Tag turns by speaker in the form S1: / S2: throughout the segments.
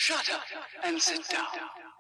S1: Shut up and sit down.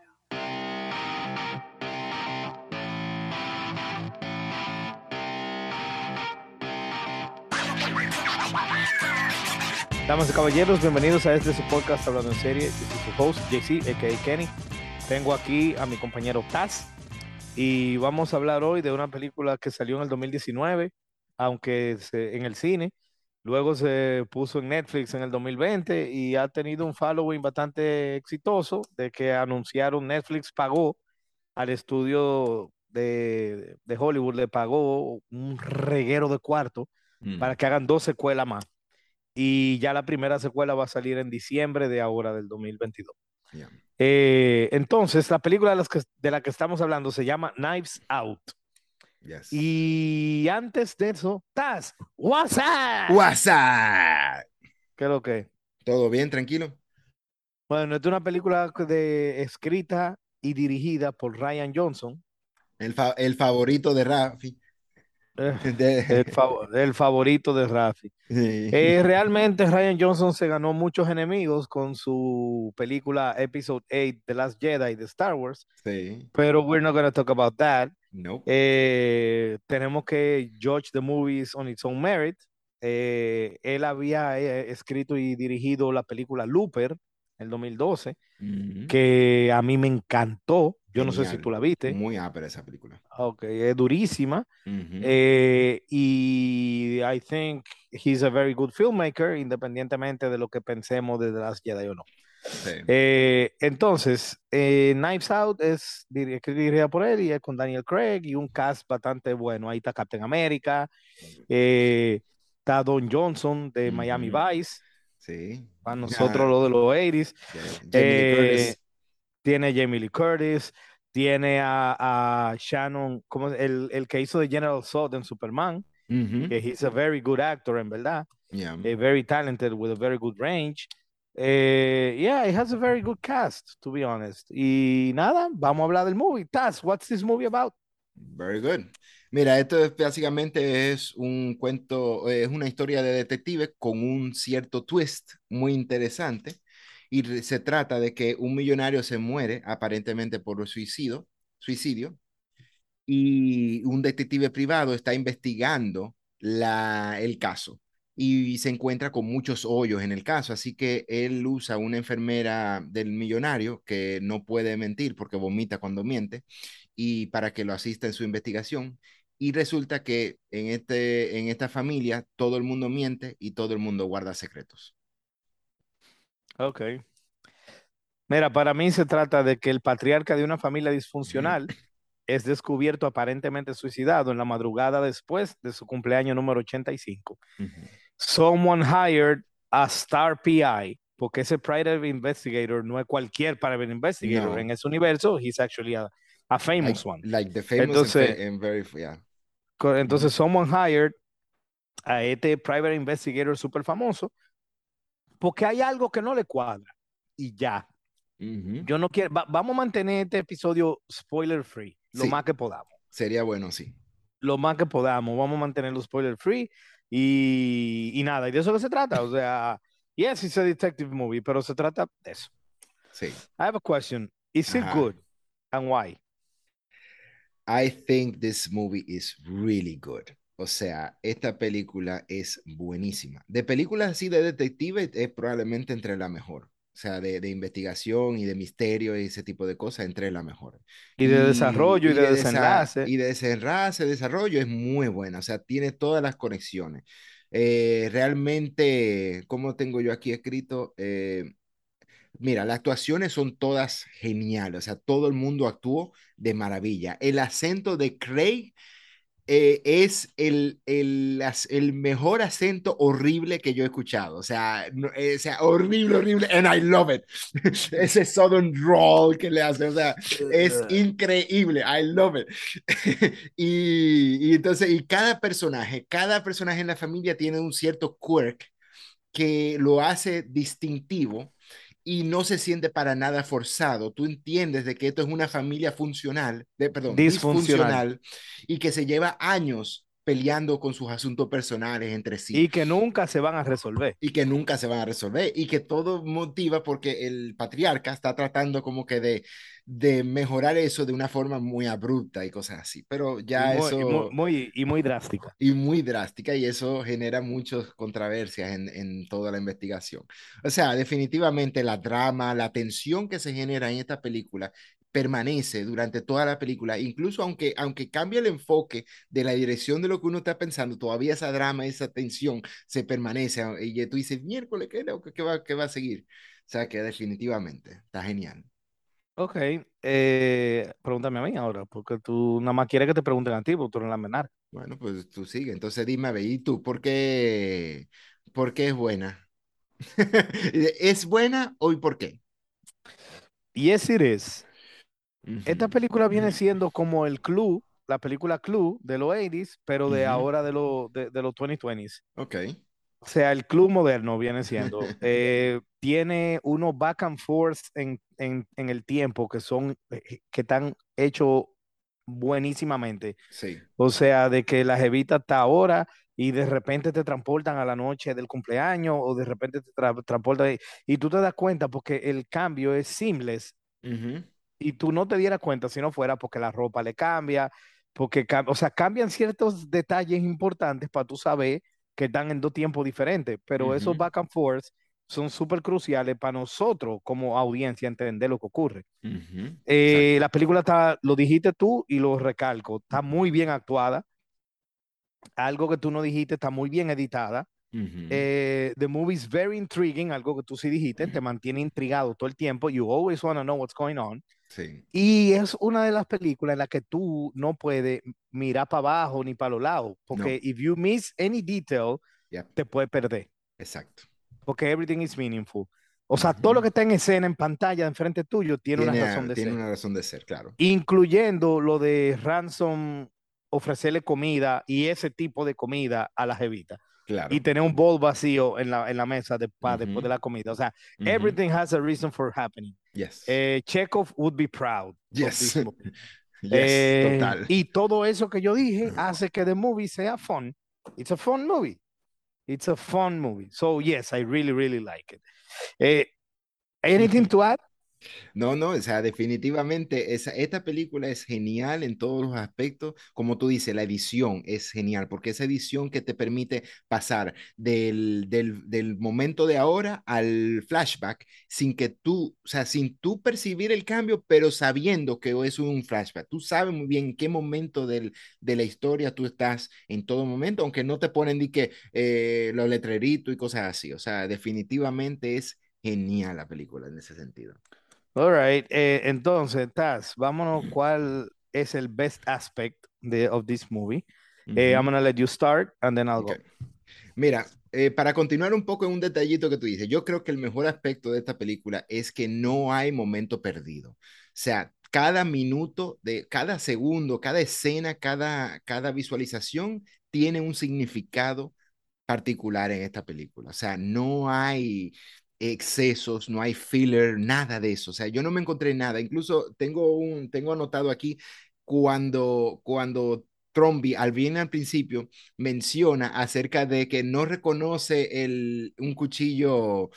S2: Damas y caballeros, bienvenidos a este su podcast Hablando en Serie. Yo soy su host, JC, a.k.a. Kenny. Tengo aquí a mi compañero Taz y vamos a hablar hoy de una película que salió en el 2019, aunque en el cine. Luego se puso en Netflix en el 2020 y ha tenido un following bastante exitoso de que anunciaron Netflix pagó al estudio de Hollywood, le pagó un reguero de cuarto para
S3: Mm,
S2: que hagan dos secuelas más. Y ya la primera secuela va a salir en diciembre de ahora, del 2022.
S3: yeah.
S2: Entonces, la película de la que estamos hablando se llama Knives Out.
S3: Yes.
S2: Y antes de eso, Taz, what's up?
S3: What's up?
S2: ¿Qué es lo que?
S3: ¿Todo bien? ¿Tranquilo?
S2: Bueno, esta es una película escrita y dirigida por Ryan Johnson.
S3: El favorito de Rafi.
S2: eh,
S3: De-
S2: el favorito de Rafi.
S3: Sí.
S2: Realmente Ryan Johnson se ganó muchos enemigos con su película Episode 8, The Last Jedi de Star Wars,
S3: Sí.
S2: pero we're not going to talk about that.
S3: Nope.
S2: Tenemos que judge the movies on its own merit. Él había escrito y dirigido la película Looper en 2012,
S3: Mhm.
S2: que a mí me encantó. Yo no sé si tú
S3: Genial.
S2: la viste.
S3: Muy ápera esa película.
S2: Ok, es durísima.
S3: Mhm.
S2: Y I think he's a very good filmmaker, independientemente de lo que pensemos de The Last Jedi o no.
S3: Sí.
S2: Entonces, Knives Out es dirigida por él y es con Daniel Craig y un cast bastante bueno. Ahí está Captain America, eh, está Don Johnson de Miami
S3: Mhm.
S2: Vice,
S3: Sí.
S2: para nosotros
S3: Ah,
S2: lo de los 80s.
S3: Jamie Lee
S2: Eh,
S3: Curtis.
S2: tiene Jamie Lee Curtis, tiene a Shannon, como el que hizo de General Zod en Superman, que
S3: Mhm.
S2: he's a very good actor, en verdad.
S3: Yeah.
S2: Very talented with a very good range. Yeah, it has a very good cast, to be honest. Y nada, vamos a hablar del movie. Taz, what's this movie about?
S3: Very good. Mira, esto básicamente es un cuento, es una historia de detective con un cierto twist muy interesante. Y se trata de que un millonario se muere aparentemente por suicidio, y un detective privado está investigando el caso y se encuentra con muchos hoyos en el caso, así que él usa una enfermera del millonario que no puede mentir porque vomita cuando miente y para que lo asista en su investigación. Y resulta que en esta familia todo el mundo miente y todo el mundo guarda secretos.
S2: Ok. Mira, para mí se trata de que el patriarca de una familia disfuncional es descubierto aparentemente suicidado en la madrugada después de su cumpleaños número 85.
S3: Ujú.
S2: Someone hired a star PI, porque ese private investigator no es cualquier private investigator.
S3: No,
S2: En ese universo, he's actually a famous one.
S3: like the famous
S2: Entonces,
S3: and very, yeah.
S2: entonces,
S3: Ujú.
S2: someone hired a este private investigator súper famoso porque hay algo que no le cuadra. Y ya,
S3: Ujú.
S2: yo no quiero, vamos a mantener este episodio spoiler free, lo más
S3: Sí,
S2: que podamos.
S3: sería bueno, sí.
S2: Lo más que podamos, vamos a mantenerlo spoiler free y nada, y de eso que se trata. O sea, yes, it's a detective movie, pero se trata de eso.
S3: Sí.
S2: I have a question. Is it
S3: Ajá.
S2: good and why?
S3: I think this movie is really good. O sea, esta película es buenísima. De películas así de detective es probablemente entre la mejor. O sea, de investigación y de misterio y ese tipo de cosas, entre la mejor.
S2: Y de desarrollo y de desenlace.
S3: Y de desenlace, desarrollo es muy buena. O sea, tiene todas las conexiones. Realmente, como tengo yo aquí escrito, mira, las actuaciones son todas geniales, o sea, todo el mundo actuó de maravilla. El acento de Craig es el mejor acento horrible que yo he escuchado, o sea, horrible, horrible, and I love it. Ese Southern drawl que le hace, o sea, es increíble, I love it. Y entonces, y cada personaje en la familia tiene un cierto quirk que lo hace distintivo y no se siente para nada forzado. Tú entiendes de que esto es una familia funcional, perdón,
S2: Disfuncional.
S3: disfuncional y que se lleva años peleando con sus asuntos personales entre sí
S2: Y que nunca se van a resolver.
S3: y que nunca se van a resolver y que todo motiva porque el patriarca está tratando como que de mejorar eso de una forma muy abrupta y cosas así, pero
S2: Y
S3: ya
S2: muy,
S3: eso
S2: muy drástica.
S3: y muy drástica y eso genera muchas controversias en toda la investigación. O sea, definitivamente la drama, la tensión que se genera en esta película permanece durante toda la película, incluso aunque cambie el enfoque de la dirección de lo que uno está pensando, todavía esa drama, esa tensión se permanece y tú dices, miércoles, qué va a seguir? O sea, que definitivamente está genial.
S2: Ok, pregúntame a mí ahora, porque tú nada más quieres que te pregunten a ti, porque tú eres la menor.
S3: Bueno, pues tú sigue. Entonces dime, a ver, ¿y tú por qué es buena? ¿Es buena o y por qué?
S2: Yes, it is. Esta
S3: Ujú.
S2: película viene siendo como el Clue, la película Clue de los 80s, pero de
S3: Ujú.
S2: ahora de los 2020s.
S3: Ok.
S2: O sea, el Clue moderno viene siendo. Tiene unos back and forth en el tiempo que son, que están hechos buenísimamente.
S3: Sí.
S2: O sea, de que la jevita está ahora y de repente te transportan a la noche del cumpleaños o de repente te transportan y tú te das cuenta porque el cambio es seamless
S3: Ujú.
S2: y tú no te dieras cuenta si no fuera porque la ropa le cambia, porque, o sea, cambian ciertos detalles importantes para tú saber que están en dos tiempos diferentes, pero esos
S3: Ujú.
S2: back and forth son súper cruciales para nosotros como audiencia entender lo que ocurre.
S3: Ujú. Exacto.
S2: La película está, lo dijiste tú y lo recalco, está muy bien actuada, algo que tú no dijiste, está muy bien editada.
S3: Ujú.
S2: The movie is very intriguing, algo que tú sí dijiste, te mantiene intrigado todo el tiempo. You always want to know what's going on.
S3: Sí.
S2: Y es una de las películas en las que tú no puedes mirar para abajo ni para los lados,
S3: No.
S2: porque if you miss any detail,
S3: Yep.
S2: te puedes perder,
S3: Exacto.
S2: porque everything is meaningful. O sea, todo lo
S3: Ujú.
S2: que está en escena, en pantalla, enfrente tuyo, tiene una razón de
S3: Tiene
S2: ser,
S3: una razón de ser, claro.
S2: incluyendo lo de Ransom ofrecerle comida y ese tipo de comida a la jevita y
S3: Claro.
S2: tener un bowl vacío en la mesa después
S3: Ujú.
S2: de la comida. O sea,
S3: Ujú.
S2: everything has a reason for happening.
S3: Yes.
S2: Chekhov would be proud of
S3: Yes.
S2: this movie.
S3: Yes. Total.
S2: Y todo eso que yo dije hace que the movie sea fun. It's a fun movie. It's a fun movie. So yes, I really, really like it. Eh, Anything to add?
S3: No, no, o sea, definitivamente esta película es genial en todos los aspectos. Como tú dices, la edición es genial, porque esa edición que te permite pasar del momento de ahora al flashback sin que tú, o sea, sin tú percibir el cambio, pero sabiendo que es un flashback. Tú sabes muy bien en qué momento de la historia tú estás en todo momento, aunque no te ponen ni que los letreritos y cosas así. O sea, definitivamente es genial la película en ese sentido.
S2: All right. Entonces, Taz, vámonos. ¿Cuál es el best aspect of this movie? I'm
S3: Ujú.
S2: gonna let you start and then I'll
S3: Ok.
S2: go.
S3: Mira, para continuar un poco en un detallito que tú dices, yo creo que el mejor aspecto de esta película es que no hay momento perdido. O sea, cada minuto de cada segundo, cada escena, cada visualización tiene un significado particular en esta película. O sea, no hay excesos, no hay filler, nada de eso. O sea, yo no me encontré nada. Incluso tengo anotado aquí cuando Trombi, al bien al principio, menciona acerca de que no reconoce un cuchillo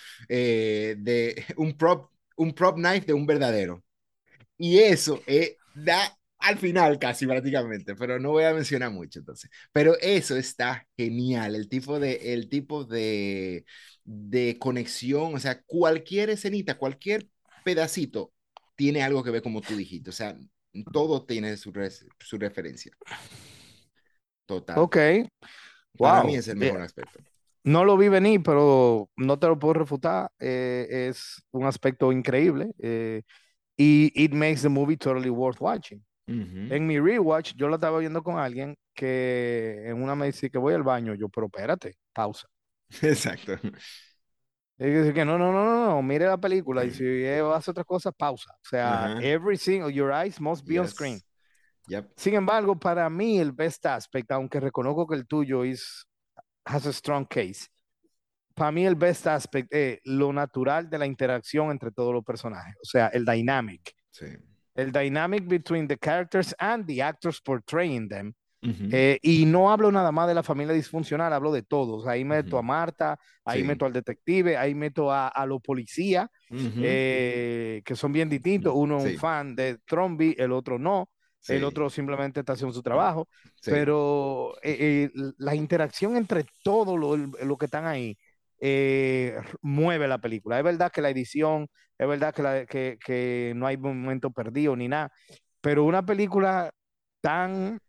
S3: un prop knife de un verdadero. Y eso da al final casi prácticamente, pero no voy a mencionar mucho entonces. Pero eso está genial, el tipo de conexión, o sea, cualquier escenita, cualquier pedacito tiene algo que ver como tú dijiste, o sea, todo tiene su referencia. Total.
S2: Ok.
S3: Para mí
S2: Wow.
S3: es el mejor aspecto.
S2: No lo vi venir, pero no te lo puedo refutar. Es un aspecto increíble y it makes the movie totally worth watching.
S3: Ujú.
S2: En mi rewatch, yo lo estaba viendo con alguien que en una me dice que voy al baño. Yo, pero espérate, pausa.
S3: Exacto.
S2: Y dice que no, no, no, no, no, mire la película y si hace otra cosa, pausa. O sea,
S3: Ajá.
S2: every single, your eyes must be on screen.
S3: Yes. Yep.
S2: Sin embargo, para mí el best aspect, aunque reconozco que el tuyo has a strong case, para mí el best aspect es lo natural de la interacción entre todos los personajes. O sea, el dynamic.
S3: Sí.
S2: El dynamic between the characters and the actors portraying them.
S3: Ujú,
S2: Y no hablo nada más de la familia disfuncional, hablo de todos. Ahí meto a
S3: ujú.
S2: Marta, ahí
S3: Sí.
S2: meto al detective, ahí meto a los policías,
S3: Ujú,
S2: que son bien distintos. Uno es un
S3: sí,
S2: fan de Trombi, el otro no. El
S3: sí,
S2: otro simplemente está haciendo su trabajo.
S3: sí.
S2: Pero la interacción entre todos lo que están ahí mueve la película. Es verdad que la edición, es verdad que no hay momento perdido ni nada, pero una película tan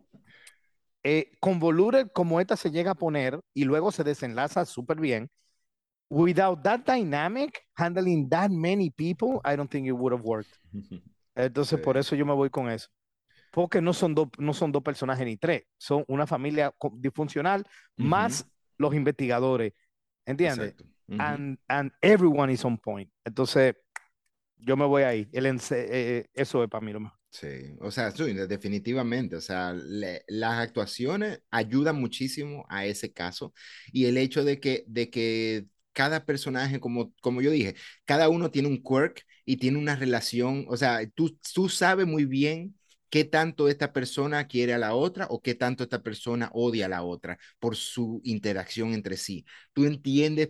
S2: convoluted como esta se llega a poner y luego se desenlaza súper bien. Without that dynamic, handling that many people, I don't think it would have worked.
S3: Sí.
S2: Entonces, por eso yo me voy con eso. Porque no son dos personajes ni tres, son una familia disfuncional
S3: Ujú,
S2: más los investigadores, ¿entiendes?
S3: exacto. Ujú.
S2: And everyone is on point. Entonces, yo me voy ahí. Eso es para mí lo mejor.
S3: Sí, o sea, sí, definitivamente, o sea, las actuaciones ayudan muchísimo a ese caso y el hecho de que cada personaje, como yo dije, cada uno tiene un quirk y tiene una relación, o sea, tú sabes muy bien qué tanto esta persona quiere a la otra o qué tanto esta persona odia a la otra por su interacción entre sí. Tú entiendes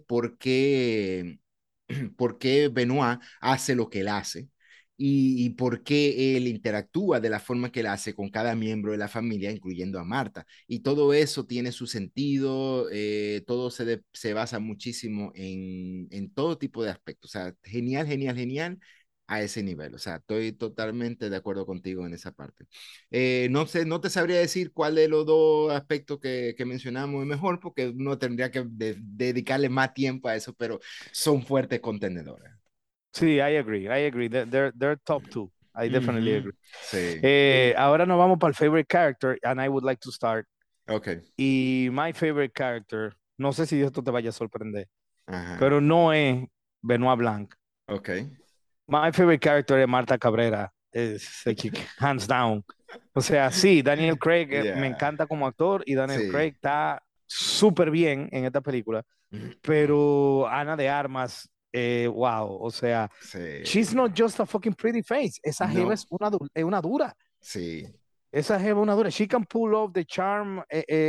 S3: por qué Benoit hace lo que él hace y por qué él interactúa de la forma que él hace con cada miembro de la familia, incluyendo a Marta. Y todo eso tiene su sentido, todo se basa muchísimo en todo tipo de aspectos. O sea, genial, genial, genial a ese nivel. O sea, estoy totalmente de acuerdo contigo en esa parte. No sé, no te sabría decir cuál de los dos aspectos que mencionamos es mejor, porque uno tendría que dedicarle más tiempo a eso, pero son fuertes contenedores.
S2: Sí, I agree, I agree. They're top two. I definitely
S3: Ujú,
S2: agree.
S3: sí,
S2: Ahora nos vamos para el favorite character, and I would like to start.
S3: ok,
S2: Y my favorite character, no sé si esto te vaya a sorprender,
S3: ajá,
S2: pero no es Benoit Blanc.
S3: ok.
S2: My favorite character es Marta Cabrera, es esa chica, hands down. O sea, sí, Daniel Craig me
S3: Ya,
S2: encanta como actor y Daniel
S3: sí.
S2: Craig está súper bien en esta película, pero Ana de Armas, wow, o sea, she's
S3: Sí.
S2: not just a fucking pretty face, esa jeva
S3: No,
S2: es una dura.
S3: sí.
S2: Esa jeva es una dura. She can pull off the charm,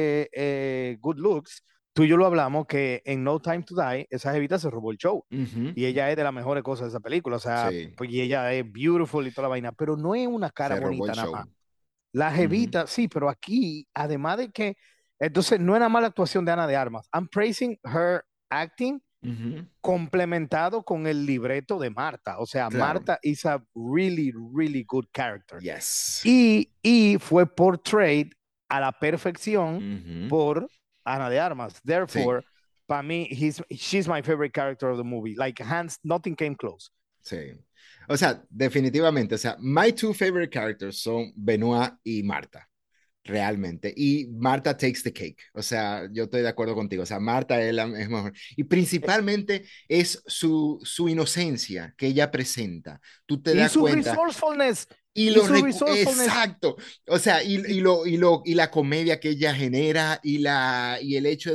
S2: good looks. Tú y yo lo hablamos que en No Time to Die, esa jevita se robó el show.
S3: Ujú,
S2: Y ella es de las mejores cosas de esa película. O sea,
S3: sí.
S2: pues, y ella es beautiful y toda la vaina, pero no es una cara
S3: Se robó el
S2: bonita nada
S3: show.
S2: más. La
S3: Ujú,
S2: jevita, sí, pero aquí, además de que, entonces no es nada más la actuación de Ana de Armas. I'm praising her acting
S3: ujú,
S2: complementado con el libreto de Marta. O sea,
S3: claro.
S2: Marta is a really, really good character
S3: Yes.
S2: y fue portrayed a la perfección
S3: Ujú,
S2: por Ana de Armas.
S3: sí,
S2: Therefore, para mí, she's my favorite character of the movie. Like, hands, nothing came close.
S3: sí. O sea, definitivamente, o sea, my two favorite characters son Benoit y Marta. Realmente. Y Marta takes the cake. O sea, yo estoy de acuerdo contigo. O sea, Marta es mejor. Y principalmente es su inocencia que ella presenta. Tú te
S2: Y
S3: das
S2: su
S3: cuenta.
S2: resourcefulness,
S3: Y
S2: y
S3: lo
S2: su resourcefulness,
S3: exacto. O sea,
S2: y,
S3: y la comedia que ella genera y el hecho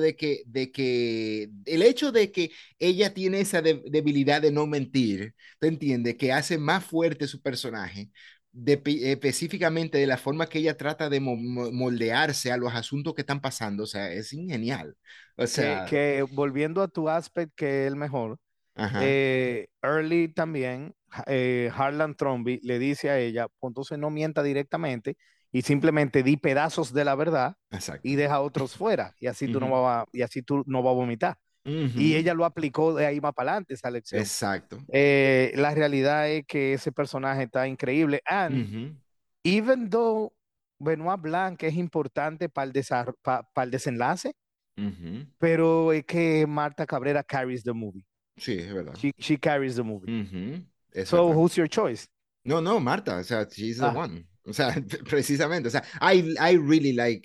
S3: el hecho de que ella tiene esa debilidad de no mentir, ¿te entiendes? Que hace más fuerte su personaje, específicamente de la forma que ella trata de moldearse a los asuntos que están pasando. O sea, es genial. O
S2: que,
S3: sea,
S2: que volviendo a tu aspect, que es el mejor,
S3: ajá,
S2: Early también, Harlan Thrombey le dice a ella, pues entonces no mienta directamente y simplemente di pedazos de la verdad y
S3: exacto.
S2: deja a otros fuera y así tú no
S3: Ujú,
S2: vas a, y así tú no vas a vomitar. Y
S3: ujú,
S2: ella lo aplicó de ahí más para adelante esa lección.
S3: exacto.
S2: La realidad es que ese personaje está increíble. And
S3: Ujú,
S2: even though Benoit Blanc es importante para el desenlace,
S3: ujú.
S2: pero es que Marta Cabrera carries the movie.
S3: Sí, es verdad.
S2: She carries the movie.
S3: Ujú, es
S2: So
S3: verdad.
S2: who's your choice?
S3: No, no, Marta, o sea, she's the
S2: Ah,
S3: one. O sea, precisamente, o sea, I really like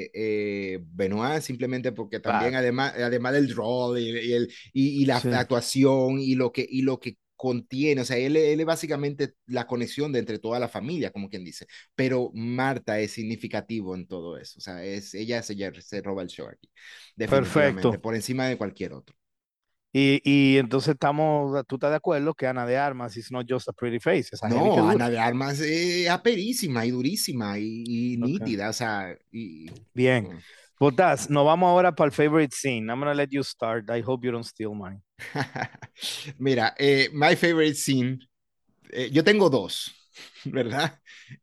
S3: Benoit simplemente porque también
S2: claro.
S3: además del rol y la
S2: Sí.
S3: actuación y lo que contiene, o sea, él es básicamente la conexión de entre toda la familia, como quien dice, pero Marta es significativo en todo eso, o sea, ella se roba el show aquí, definitivamente,
S2: Perfecto.
S3: por encima de cualquier otro.
S2: Y entonces tú estás de acuerdo que Ana de Armas is not just a pretty face, esa heavy que
S3: No,
S2: dura.
S3: Ana de Armas es aperísima y durísima y
S2: Okay.
S3: nítida, o sea, y...
S2: Bien. Botas, nos vamos ahora para el favorite scene. I'm gonna let you start. I hope you don't steal mine.
S3: Mira, my favorite scene, yo tengo dos, ¿verdad?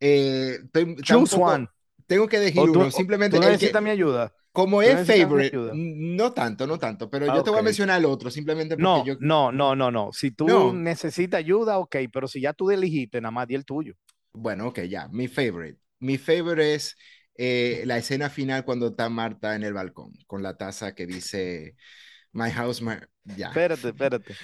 S3: Está un
S2: Choose one.
S3: poco, tengo que elegir
S2: O
S3: uno,
S2: tú
S3: simplemente el que,
S2: necesitas mi ayuda.
S3: como
S2: Tú
S3: es
S2: necesitas mi
S3: favorite,
S2: ayuda.
S3: no tanto, no tanto, pero
S2: Ah,
S3: yo te voy
S2: ok.
S3: a mencionar el otro, simplemente porque
S2: No,
S3: yo,
S2: no, no, no, no. Si tú
S3: no,
S2: necesitas ayuda, ok, pero si ya tú elegiste, nada más di el tuyo.
S3: bueno, ok, ya, mi favorite. Mi favorite es la escena final cuando está Marta en el balcón, con la taza que dice, My house, my... Ya.
S2: Espérate, espérate.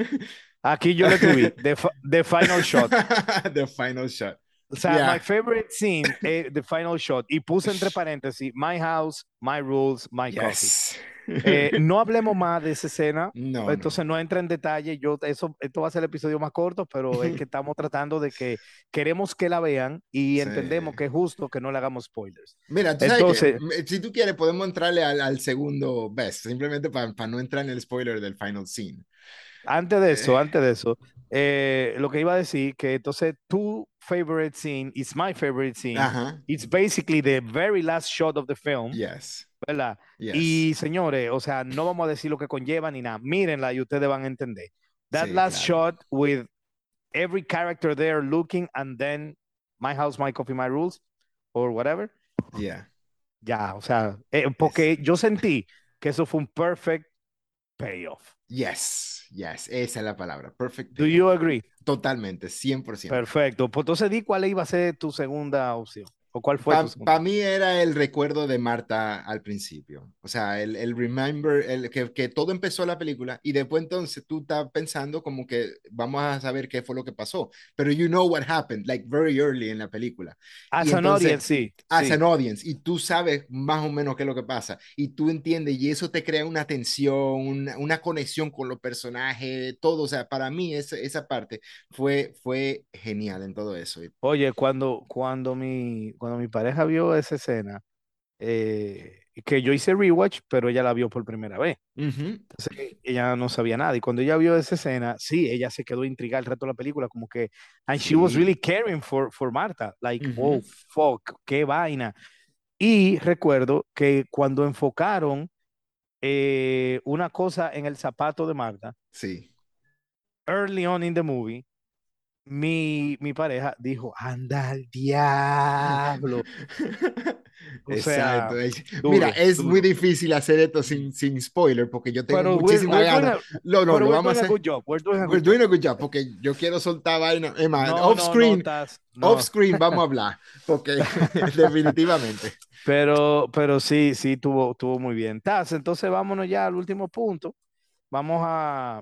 S2: Aquí yo lo escribí. The final shot.
S3: The final shot.
S2: O sea, my
S3: Yeah.
S2: favorite scene, the final shot. Y puse entre paréntesis, my house, my rules, my coffee.
S3: Yes.
S2: No hablemos más de esa escena,
S3: No, no.
S2: entonces no entra en detalle. Esto va a ser el episodio más corto, pero es que estamos tratando de que queremos que la vean y
S3: Sí.
S2: entendemos que es justo que no le hagamos spoilers.
S3: Mira, tú sabes que
S2: Entonces,
S3: si tú quieres podemos entrarle al segundo best, simplemente para no entrar en el spoiler del final scene. Eh,
S2: antes de eso, lo que iba a decir, que entonces tu favorite scene is my favorite scene.
S3: ajá.
S2: It's basically the very last shot of the film,
S3: Yes.
S2: ¿verdad?
S3: Yes.
S2: Y señores, o sea, no vamos a decir lo que conlleva ni nada. Mírenla y ustedes van a entender. That
S3: Sí,
S2: last
S3: claro.
S2: shot with every character there looking and then my house, my coffee, my rules or whatever.
S3: Yeah.
S2: Ya, o sea,
S3: Es.
S2: porque yo sentí que eso fue un perfect payoff.
S3: Yes. Yes. Esa es la palabra. Perfect
S2: Do you
S3: payoff.
S2: agree?
S3: Totalmente. 100%.
S2: Perfecto. Pues entonces di cuál iba a ser tu segunda opción. ¿O cuál fue tu segunda
S3: Para
S2: opción?
S3: mí era el recuerdo de Marta al principio. O sea, el remember, que todo empezó la película y después entonces tú estás pensando como que vamos a saber qué fue lo que pasó. Pero you know what happened, like very early en la película. Y
S2: As an
S3: entonces,
S2: audience, sí,
S3: as
S2: sí.
S3: an audience, y tú sabes más o menos qué es lo que pasa. Y tú entiendes y eso te crea una tensión, una conexión con los personajes, todo. O sea, para mí esa parte fue genial en todo eso.
S2: Oye, cuando mi pareja vio esa escena, que yo hice rewatch, pero ella la vio por primera vez.
S3: Ujú.
S2: Entonces, ella no sabía nada. Y cuando ella vio esa escena, sí, ella se quedó intrigada el resto de la película, como que, and she was really
S3: Sí.
S2: caring for Marta. Like, oh,
S3: Ujú.
S2: fuck, qué vaina. Y recuerdo que cuando enfocaron una cosa en el zapato de Marta,
S3: Sí.
S2: early on in the movie, mi pareja dijo, anda al diablo. O sea,
S3: Exacto. Mira,
S2: duro,
S3: es muy
S2: duro.
S3: difícil hacer esto sin spoiler porque yo tengo
S2: Pero
S3: muchísimas ganas. No, no, lo
S2: we're
S3: vamos
S2: doing
S3: a
S2: a
S3: hacer.
S2: good job. We're doing a
S3: We're
S2: good job.
S3: doing a good job porque yo quiero soltar vaina. Es más,
S2: No, no, no,
S3: off
S2: no.
S3: screen vamos a hablar porque definitivamente.
S2: Pero sí, sí, tuvo muy bien. Taz, entonces vámonos ya al último punto. Vamos a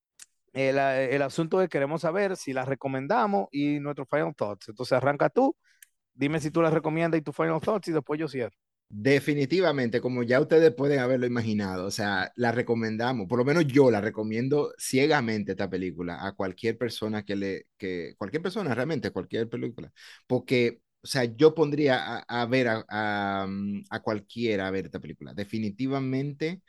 S2: el asunto de queremos saber si la recomendamos y nuestros final thoughts. Entonces arranca tú, dime si tú la recomiendas y tus final thoughts y después yo cierro.
S3: Definitivamente, como ya ustedes pueden haberlo imaginado, o sea, la recomendamos, por lo menos yo la recomiendo ciegamente esta película a cualquier persona cualquier persona realmente, cualquier película, porque, o sea, yo pondría a ver a cualquiera a ver esta película. Definitivamente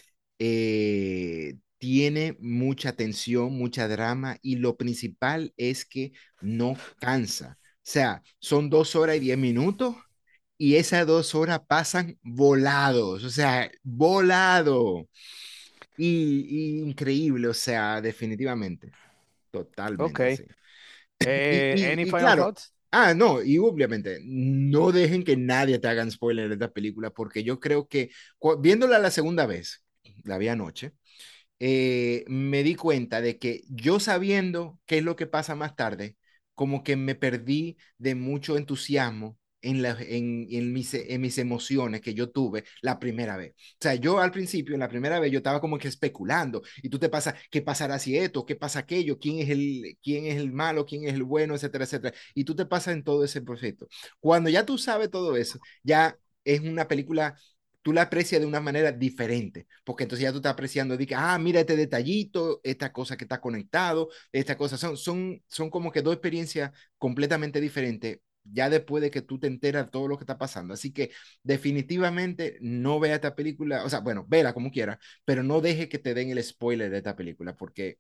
S3: tiene mucha tensión, mucha drama y lo principal es que no cansa. O sea, son 2 horas y 10 minutos y esas 2 horas pasan volados, o sea, volado. Y increíble, o sea, definitivamente,
S2: Ok.
S3: totalmente, sí. Y,
S2: Any
S3: y
S2: final
S3: claro,
S2: thoughts?
S3: no, y obviamente, no dejen que nadie te hagan spoiler de esta película, porque yo creo que viéndola la segunda vez, la vi anoche, me di cuenta de que yo sabiendo qué es lo que pasa más tarde, como que me perdí de mucho entusiasmo en mis emociones que yo tuve la primera vez. O sea, yo al principio, en la primera vez, yo estaba como que especulando y tú te pasas, ¿qué pasará si esto? ¿Qué pasa aquello? Quién es el malo? ¿Quién es el bueno? Etcétera, etcétera. Y tú te pasas en todo ese proceso. Cuando ya tú sabes todo eso, ya es una película tú la aprecias de una manera diferente, porque entonces ya tú estás apreciando, de que, mira este detallito, esta cosa que está conectado, esta cosa, son como que dos experiencias completamente diferentes, ya después de que tú te enteras de todo lo que está pasando. Así que definitivamente no vea esta película, o sea, bueno, vela como quiera, pero no deje que te den el spoiler de esta película, porque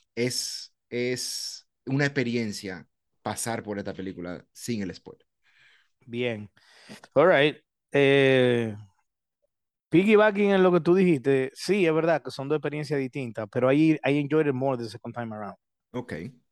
S3: es una experiencia pasar por esta película sin el spoiler.
S2: Bien. All right. Piggybacking en lo que tú dijiste, sí, es verdad que son dos experiencias distintas, pero I enjoyed it more the second time around.
S3: Ok.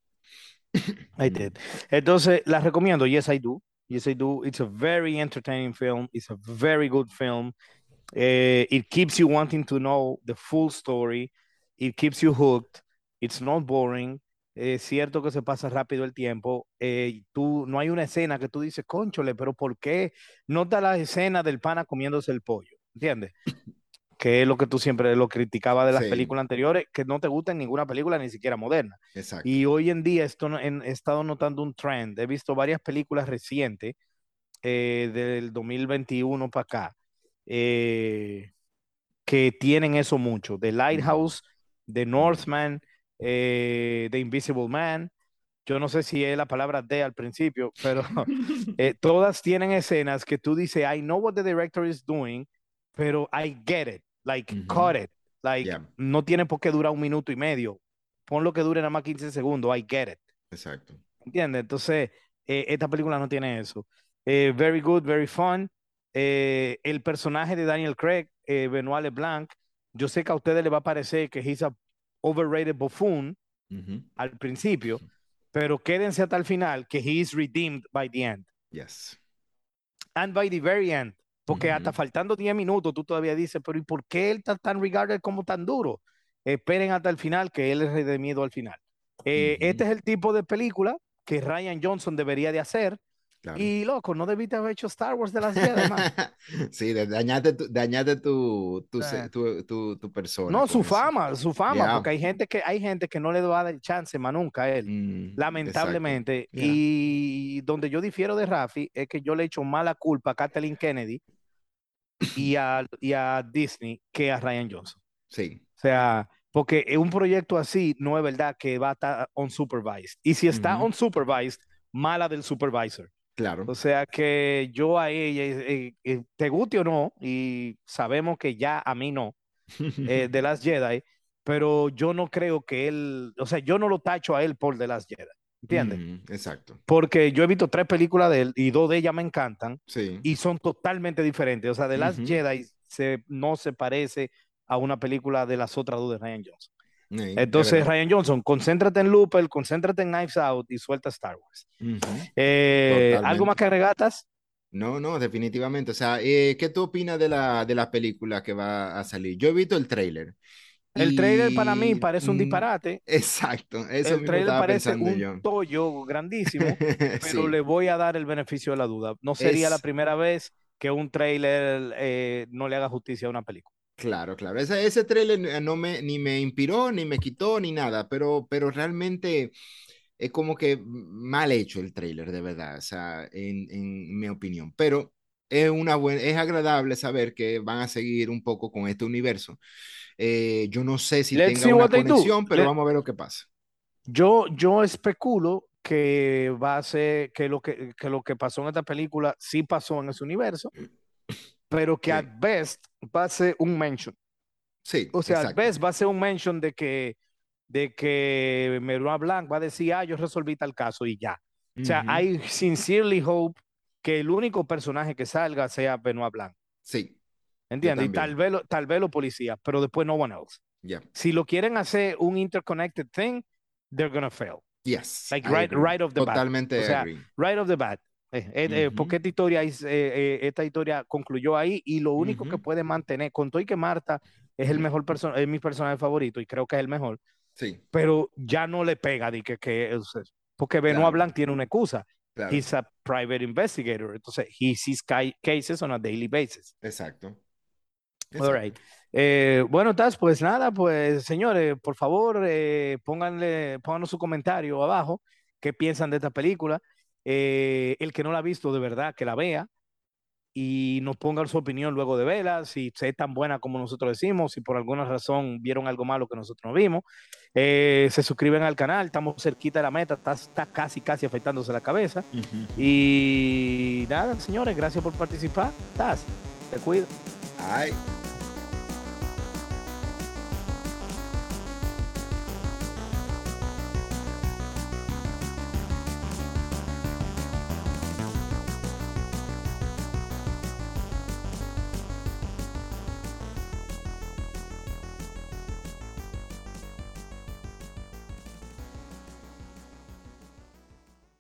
S2: I did. Entonces, la recomiendo. Yes, I do. Yes, I do. It's a very entertaining film. It's a very good film. It keeps you wanting to know the full story. It keeps you hooked. It's not boring. Es cierto que se pasa rápido el tiempo. No hay una escena que tú dices, cónchole, pero ¿por qué no está la escena del pana comiéndose el pollo? ¿Entiendes? Que es lo que tú siempre lo criticaba de las
S3: Sí,
S2: películas anteriores, que no te gusta en ninguna película, ni siquiera moderna.
S3: exacto.
S2: Y hoy en día he estado notando un trend. He visto varias películas recientes del 2021 para acá eh, que tienen eso mucho. The
S3: Ujú,
S2: Lighthouse, The
S3: ujú.
S2: Northman, The Invisible Man. Yo no sé si es la palabra de al principio, pero todas tienen escenas que tú dices, I know what the director is doing, pero I get it, like,
S3: Ujú.
S2: cut it, like,
S3: Ya,
S2: no tiene por qué durar un minuto y medio. Pon lo que dure nada más 15 segundos, I get it.
S3: exacto.
S2: ¿Entiendes? Entonces, esta película no tiene eso. Very good, very fun. El personaje de Daniel Craig, Benoit LeBlanc, yo sé que a ustedes les va a parecer que he's a overrated buffoon
S3: Ujú.
S2: al principio, pero quédense hasta el final que he is redeemed by the end.
S3: Yes.
S2: And by the very end. Porque hasta
S3: Ujú,
S2: faltando 10 minutos tú todavía dices, pero ¿y por qué él está tan regarded como tan duro? Esperen hasta el final, que él es redimido al final. Este
S3: ujú.
S2: es el tipo de película que Ryan Johnson debería de hacer.
S3: Claro.
S2: Y loco, no debiste haber hecho Star Wars de las Jedi, man.
S3: Sí, dañaste
S2: Eh,
S3: tu persona
S2: No,
S3: con eso.
S2: su fama,
S3: Ya.
S2: porque hay gente que no le va a dar el chance más nunca a él,
S3: Exacto.
S2: lamentablemente.
S3: Ya.
S2: Y donde yo difiero de Rafi es que yo le echo mala culpa a Kathleen Kennedy y a Disney que a Ryan Johnson.
S3: Sí.
S2: O sea, porque un proyecto así no es verdad que va a estar unsupervised. Y si está
S3: Ujú.
S2: unsupervised, mala del supervisor.
S3: Claro.
S2: O sea que yo a ella, te guste o no, y sabemos que ya a mí no, de Last Jedi, pero yo no creo que él, o sea, yo no lo tacho a él por The Last Jedi, ¿entiendes?
S3: Ujú, exacto.
S2: Porque yo he visto 3 películas de él y 2 de ellas me encantan
S3: Sí.
S2: y son totalmente diferentes. O sea, The Last
S3: Ujú.
S2: Jedi no se parece a una película de las otras 2 de Ryan Johnson.
S3: Sí, es
S2: Entonces,
S3: verdad.
S2: Ryan Johnson, concéntrate en Looper, concéntrate en Knives Out y suelta Star Wars.
S3: Ujú.
S2: ¿Algo más
S3: Totalmente.
S2: que agregatas?
S3: No, no, definitivamente. O sea, ¿qué tú opinas de la película que va a salir? Yo he visto el tráiler
S2: El trailer para mí
S3: y
S2: parece un disparate.
S3: exacto, eso
S2: El
S3: mismo
S2: trailer
S3: estaba
S2: parece
S3: pensando
S2: un
S3: yo.
S2: tollo grandísimo, pero le
S3: Sí,
S2: voy a dar el beneficio de la duda. No sería la
S3: es
S2: primera vez que un trailer no le haga justicia a una película.
S3: claro, claro. Ese tráiler no me, ni me inspiró, ni me quitó, ni nada, pero realmente es como que mal hecho el tráiler, de verdad, o sea, en mi opinión. Pero es agradable saber que van a seguir un poco con este universo. Yo no sé si
S2: Let's
S3: tenga
S2: see
S3: una
S2: what they do.
S3: conexión, pero vamos a ver lo que pasa.
S2: Yo especulo que va a ser que lo que pasó en esta película sí pasó en ese universo, pero que at
S3: Sí,
S2: best va a ser un mention.
S3: sí,
S2: O sea, at
S3: exacto.
S2: best va a ser un mention de que Meroa Blanc va a decir, yo resolví tal caso y ya. O sea,
S3: Ujú.
S2: I sincerely hope que el único personaje que salga sea Benoit Blanc.
S3: Sí, yo
S2: ¿Entiendes? Y
S3: también.
S2: tal vez los policías, pero después no one else.
S3: Ya.
S2: Si lo quieren hacer un interconnected thing, they're gonna fail.
S3: Yes,
S2: Like
S3: I agree.
S2: right off the bat. O
S3: Totalmente
S2: sea,
S3: agree.
S2: right off the bat.
S3: Ujú,
S2: Porque esta historia concluyó ahí y lo único que
S3: ujú.
S2: puede mantener, con todo y que Marta es mi personaje favorito y creo que es el mejor,
S3: Sí,
S2: pero ya no le pega porque Benoit
S3: claro,
S2: Blanc tiene una excusa.
S3: claro.
S2: He's a private investigator, entonces he sees cases on a daily basis.
S3: Exacto,
S2: All
S3: exacto.
S2: right. Bueno, Taz, pues nada, pues señores, por favor, pónganos su comentario abajo, qué piensan de esta película. El que no la ha visto, de verdad, que la vea. y nos pongan su opinión luego de verla, si es tan buena como nosotros decimos, si por alguna razón vieron algo malo que nosotros no vimos. Se suscriben al canal, estamos cerquita de la meta, está casi afectándose la cabeza. Y nada, señores, gracias por participar. Te cuido.
S3: Ay.